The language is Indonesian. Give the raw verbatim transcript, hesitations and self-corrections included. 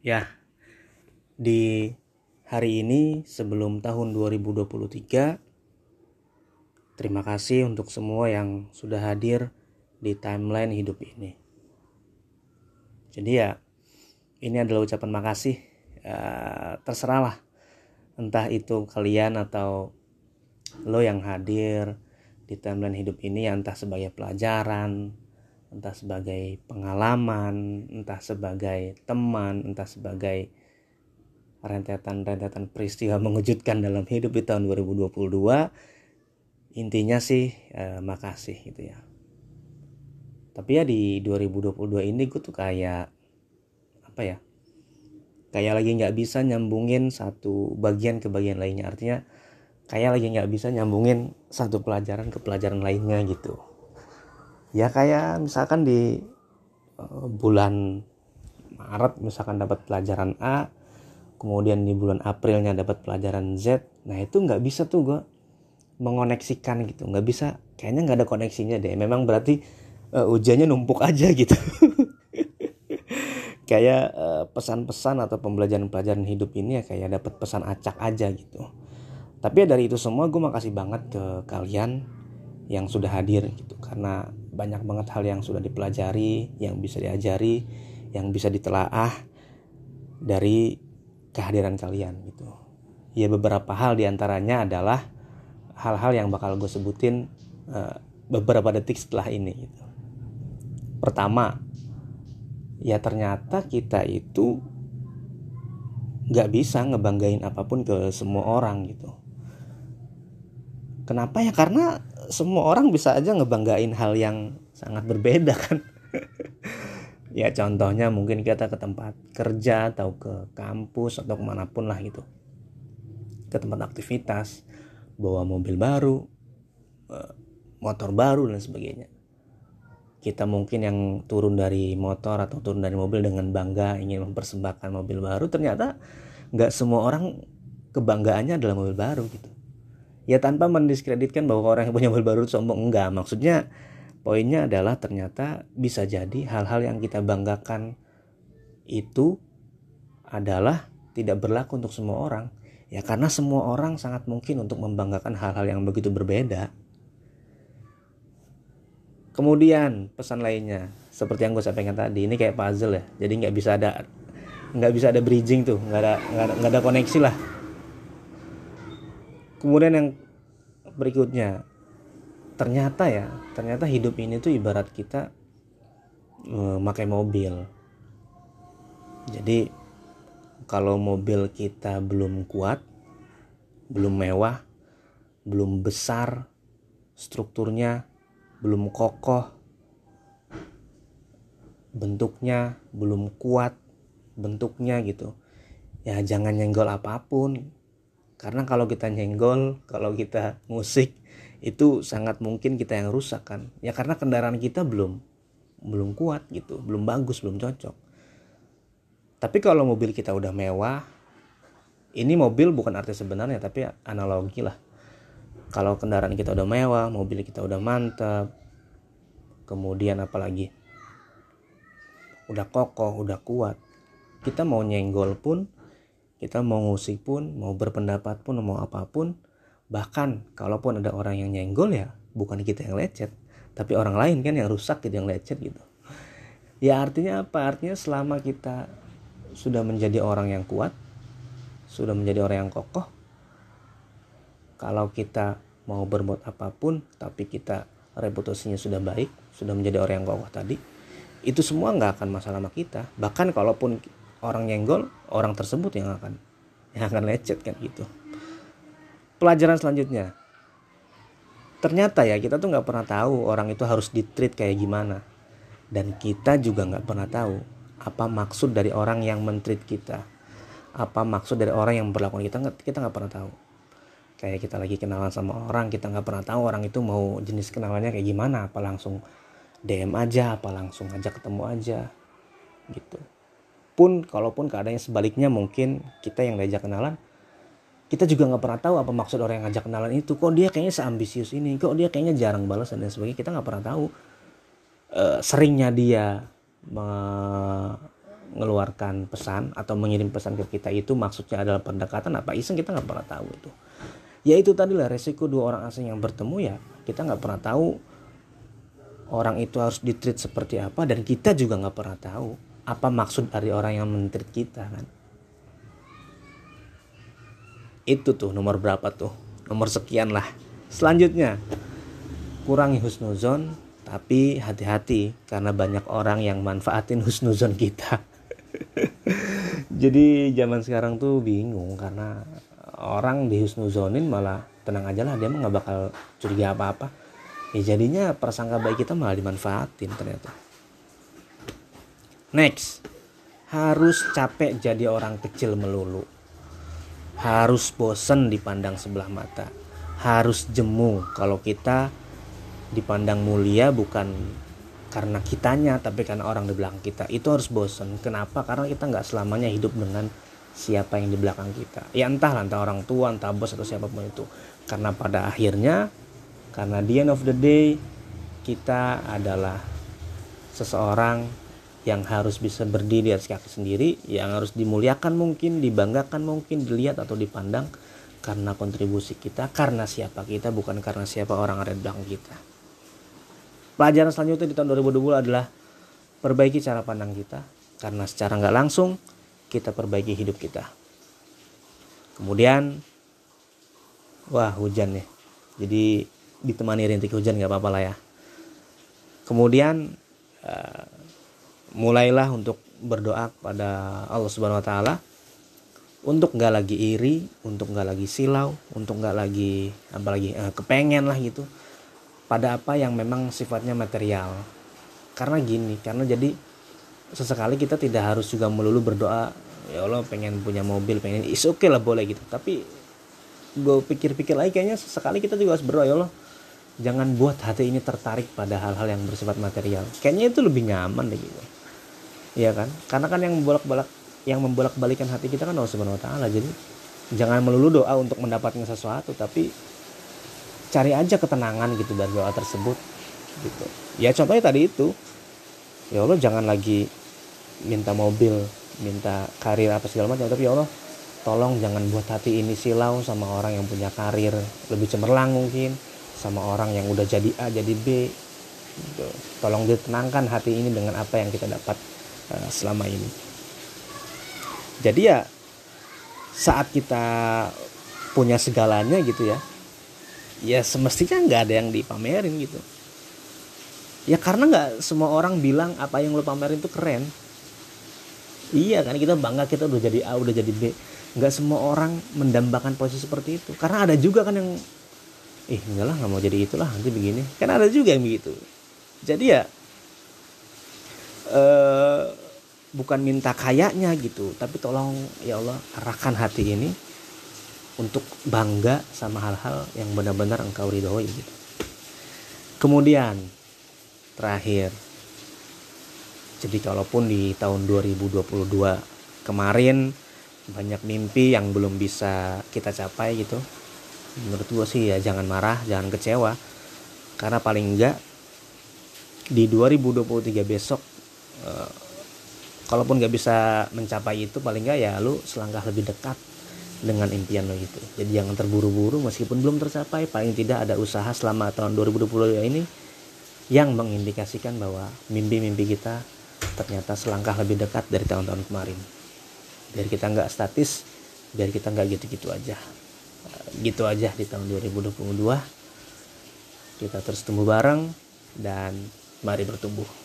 Ya, di hari ini sebelum tahun dua ribu dua puluh tiga, terima kasih untuk semua yang sudah hadir di timeline hidup ini. Jadi ya, ini adalah ucapan makasih. Ya, terserahlah, entah itu kalian atau lo yang hadir di timeline hidup ini, ya entah sebagai pelajaran, entah sebagai pengalaman, entah sebagai teman, entah sebagai rentetan-rentetan peristiwa mengejutkan dalam hidup di tahun dua ribu dua puluh dua. Intinya sih eh, makasih gitu ya. Tapi ya di dua ribu dua puluh dua ini gue tuh kayak apa ya, kayak lagi gak bisa nyambungin satu bagian ke bagian lainnya. Artinya kayak lagi gak bisa nyambungin satu pelajaran ke pelajaran lainnya gitu. Ya kayak misalkan di uh, bulan Maret misalkan dapat pelajaran A, kemudian di bulan Aprilnya dapat pelajaran Z. Nah itu gak bisa tuh gue mengoneksikan gitu, nggak bisa, kayaknya nggak ada koneksinya deh. Memang berarti uh, ujiannya numpuk aja gitu. Kayak uh, pesan-pesan atau pembelajaran-pelajaran hidup ini ya kayak dapat pesan acak aja gitu. Tapi ya dari itu semua gue makasih banget ke kalian yang sudah hadir gitu, karena banyak banget hal yang sudah dipelajari, yang bisa diajari, yang bisa ditelaah dari kehadiran kalian gitu. Ya beberapa hal diantaranya adalah hal-hal yang bakal gue sebutin uh, beberapa detik setelah ini gitu. Pertama, ya ternyata kita itu gak bisa ngebanggain apapun ke semua orang gitu. Kenapa ya? Karena semua orang bisa aja ngebanggain hal yang sangat berbeda kan. Ya contohnya mungkin kita ke tempat kerja atau ke kampus atau kemanapun lah gitu, ke tempat aktivitas, bawa mobil baru, motor baru dan sebagainya. Kita mungkin yang turun dari motor atau turun dari mobil dengan bangga ingin mempersembahkan mobil baru, ternyata gak semua orang kebanggaannya adalah mobil baru gitu. Ya tanpa mendiskreditkan bahwa orang yang punya mobil baru sombong, enggak. Maksudnya poinnya adalah ternyata bisa jadi hal-hal yang kita banggakan itu adalah tidak berlaku untuk semua orang. Ya karena semua orang sangat mungkin untuk membanggakan hal-hal yang begitu berbeda. Kemudian pesan lainnya, seperti yang gue sampaikan tadi, ini kayak puzzle ya. Jadi nggak bisa ada nggak bisa ada bridging tuh, nggak ada nggak ada, nggak ada koneksi lah. Kemudian yang berikutnya, ternyata ya, ternyata hidup ini tuh ibarat kita memakai mobil. Jadi kalau mobil kita belum kuat, belum mewah, belum besar strukturnya, belum kokoh bentuknya, belum kuat bentuknya gitu, ya jangan nyenggol apapun. Karena kalau kita nyenggol, kalau kita musik, itu sangat mungkin kita yang rusak kan. Ya karena kendaraan kita belum belum kuat gitu, belum bagus, belum cocok. Tapi kalau mobil kita udah mewah, ini mobil bukan arti sebenarnya tapi analogi lah. Kalau kendaraan kita udah mewah, mobil kita udah mantap, kemudian apalagi udah kokoh, udah kuat, kita mau nyenggol pun, kita mau ngusik pun, mau berpendapat pun, mau apapun, bahkan kalaupun ada orang yang nyenggol ya bukan kita yang lecet, tapi orang lain kan yang rusak gitu, yang lecet gitu. Ya artinya apa? Artinya selama kita sudah menjadi orang yang kuat, sudah menjadi orang yang kokoh, kalau kita mau berbuat apapun tapi kita reputasinya sudah baik, sudah menjadi orang yang kokoh tadi, itu semua gak akan masalah sama kita. Bahkan kalaupun orang nyenggol, orang tersebut yang akan yang akan lecet kan gitu. Pelajaran selanjutnya, ternyata ya kita tuh gak pernah tahu orang itu harus di-treat kayak gimana. Dan kita juga gak pernah tahu apa maksud dari orang yang men-treat kita, apa maksud dari orang yang memperlakukan kita, kita gak pernah tahu. Kayak kita lagi kenalan sama orang, kita gak pernah tahu orang itu mau jenis kenalannya kayak gimana, apa langsung D M aja, apa langsung ajak ketemu aja gitu. Pun kalaupun keadaannya sebaliknya, mungkin kita yang diajak kenalan, kita juga gak pernah tahu apa maksud orang yang ngajak kenalan itu. Kok dia kayaknya seambisius ini, kok dia kayaknya jarang balas dan sebagainya. Kita gak pernah tahu. E, seringnya dia me- mengeluarkan pesan atau mengirim pesan ke kita itu maksudnya adalah pendekatan apa iseng, kita nggak pernah tahu itu. Ya itu tadilah resiko dua orang asing yang bertemu, ya kita nggak pernah tahu orang itu harus ditreat seperti apa, dan kita juga nggak pernah tahu apa maksud dari orang yang mentreat kita kan. Itu tuh nomor berapa tuh, nomor sekian lah. Selanjutnya, kurangi husnuzon, tapi hati-hati karena banyak orang yang manfaatin husnuzon kita. Jadi zaman sekarang tuh bingung karena orang dihusnuzonin malah tenang aja lah, dia mah nggak bakal curiga apa-apa. Ya jadinya prasangka baik kita malah dimanfaatin ternyata. Next, harus capek jadi orang kecil melulu. Harus bosen dipandang sebelah mata. Harus jemu kalau kita dipandang mulia bukan karena kitanya tapi karena orang di belakang kita. Itu harus bosen. Kenapa? Karena kita nggak selamanya hidup dengan siapa yang di belakang kita. Ya entah entah orang tua, entah bos atau siapapun itu. Karena pada akhirnya, karena the end of the day, kita adalah seseorang yang harus bisa berdiri di atas kaki sendiri, yang harus dimuliakan mungkin, dibanggakan mungkin, dilihat atau dipandang karena kontribusi kita, karena siapa kita, bukan karena siapa orang ada di belakang kita. Pelajaran selanjutnya di tahun dua ribu dua puluh adalah perbaiki cara pandang kita, karena secara nggak langsung kita perbaiki hidup kita. Kemudian, wah hujan ya, jadi ditemani rintik hujan nggak apa-apa lah ya. Kemudian uh, mulailah untuk berdoa pada Allah Subhanahu Wa Taala untuk nggak lagi iri, untuk nggak lagi silau, untuk nggak lagi apalagi uh, kepengen lah gitu pada apa yang memang sifatnya material. Karena gini, karena jadi sesekali kita tidak harus juga melulu berdoa, ya Allah pengen punya mobil, pengen is oke okay lah boleh gitu. Tapi gue pikir-pikir lagi kayaknya sesekali kita juga harus berdoa, ya Allah jangan buat hati ini tertarik pada hal-hal yang bersifat material. Kayaknya itu lebih nyaman deh gitu. Iya kan? Karena kan yang membolak-balik yang membolak-balikan hati kita kan Allah Subhanahu Wa Taala. Jadi jangan melulu doa untuk mendapatkan sesuatu, tapi cari aja ketenangan gitu dari doa tersebut gitu. Ya contohnya tadi itu, ya Allah jangan lagi minta mobil, minta karir apa segala macam, tapi ya Allah tolong jangan buat hati ini silau sama orang yang punya karir lebih cemerlang mungkin, sama orang yang udah jadi A jadi B gitu. Tolong ditenangkan hati ini dengan apa yang kita dapat uh, selama ini. Jadi ya saat kita punya segalanya gitu ya, ya semestinya nggak ada yang dipamerin gitu. Ya karena nggak semua orang bilang apa yang lo pamerin itu keren. Iya kan, kita bangga kita udah jadi A udah jadi B. Nggak semua orang mendambakan posisi seperti itu. Karena ada juga kan yang ih enggak lah, nggak mau jadi itulah nanti begini. Kan ada juga yang begitu. Jadi ya eh, bukan minta kayaknya gitu, tapi tolong ya Allah arahkan hati ini untuk bangga sama hal-hal yang benar-benar engkau ridhoi gitu. Kemudian terakhir, jadi kalaupun di tahun dua ribu dua puluh dua kemarin banyak mimpi yang belum bisa kita capai gitu, menurut gue sih ya jangan marah, jangan kecewa. Karena paling enggak di dua ribu dua puluh tiga besok eh, kalaupun gak bisa mencapai itu, paling enggak ya lu selangkah lebih dekat dengan impian lo gitu. Jadi jangan terburu-buru meskipun belum tercapai, paling tidak ada usaha selama tahun dua ribu dua puluh dua ini yang mengindikasikan bahwa mimpi-mimpi kita ternyata selangkah lebih dekat dari tahun-tahun kemarin. Biar kita gak statis, biar kita gak gitu-gitu aja. Gitu aja di tahun dua ribu dua puluh dua. Kita terus tumbuh bareng dan mari bertumbuh.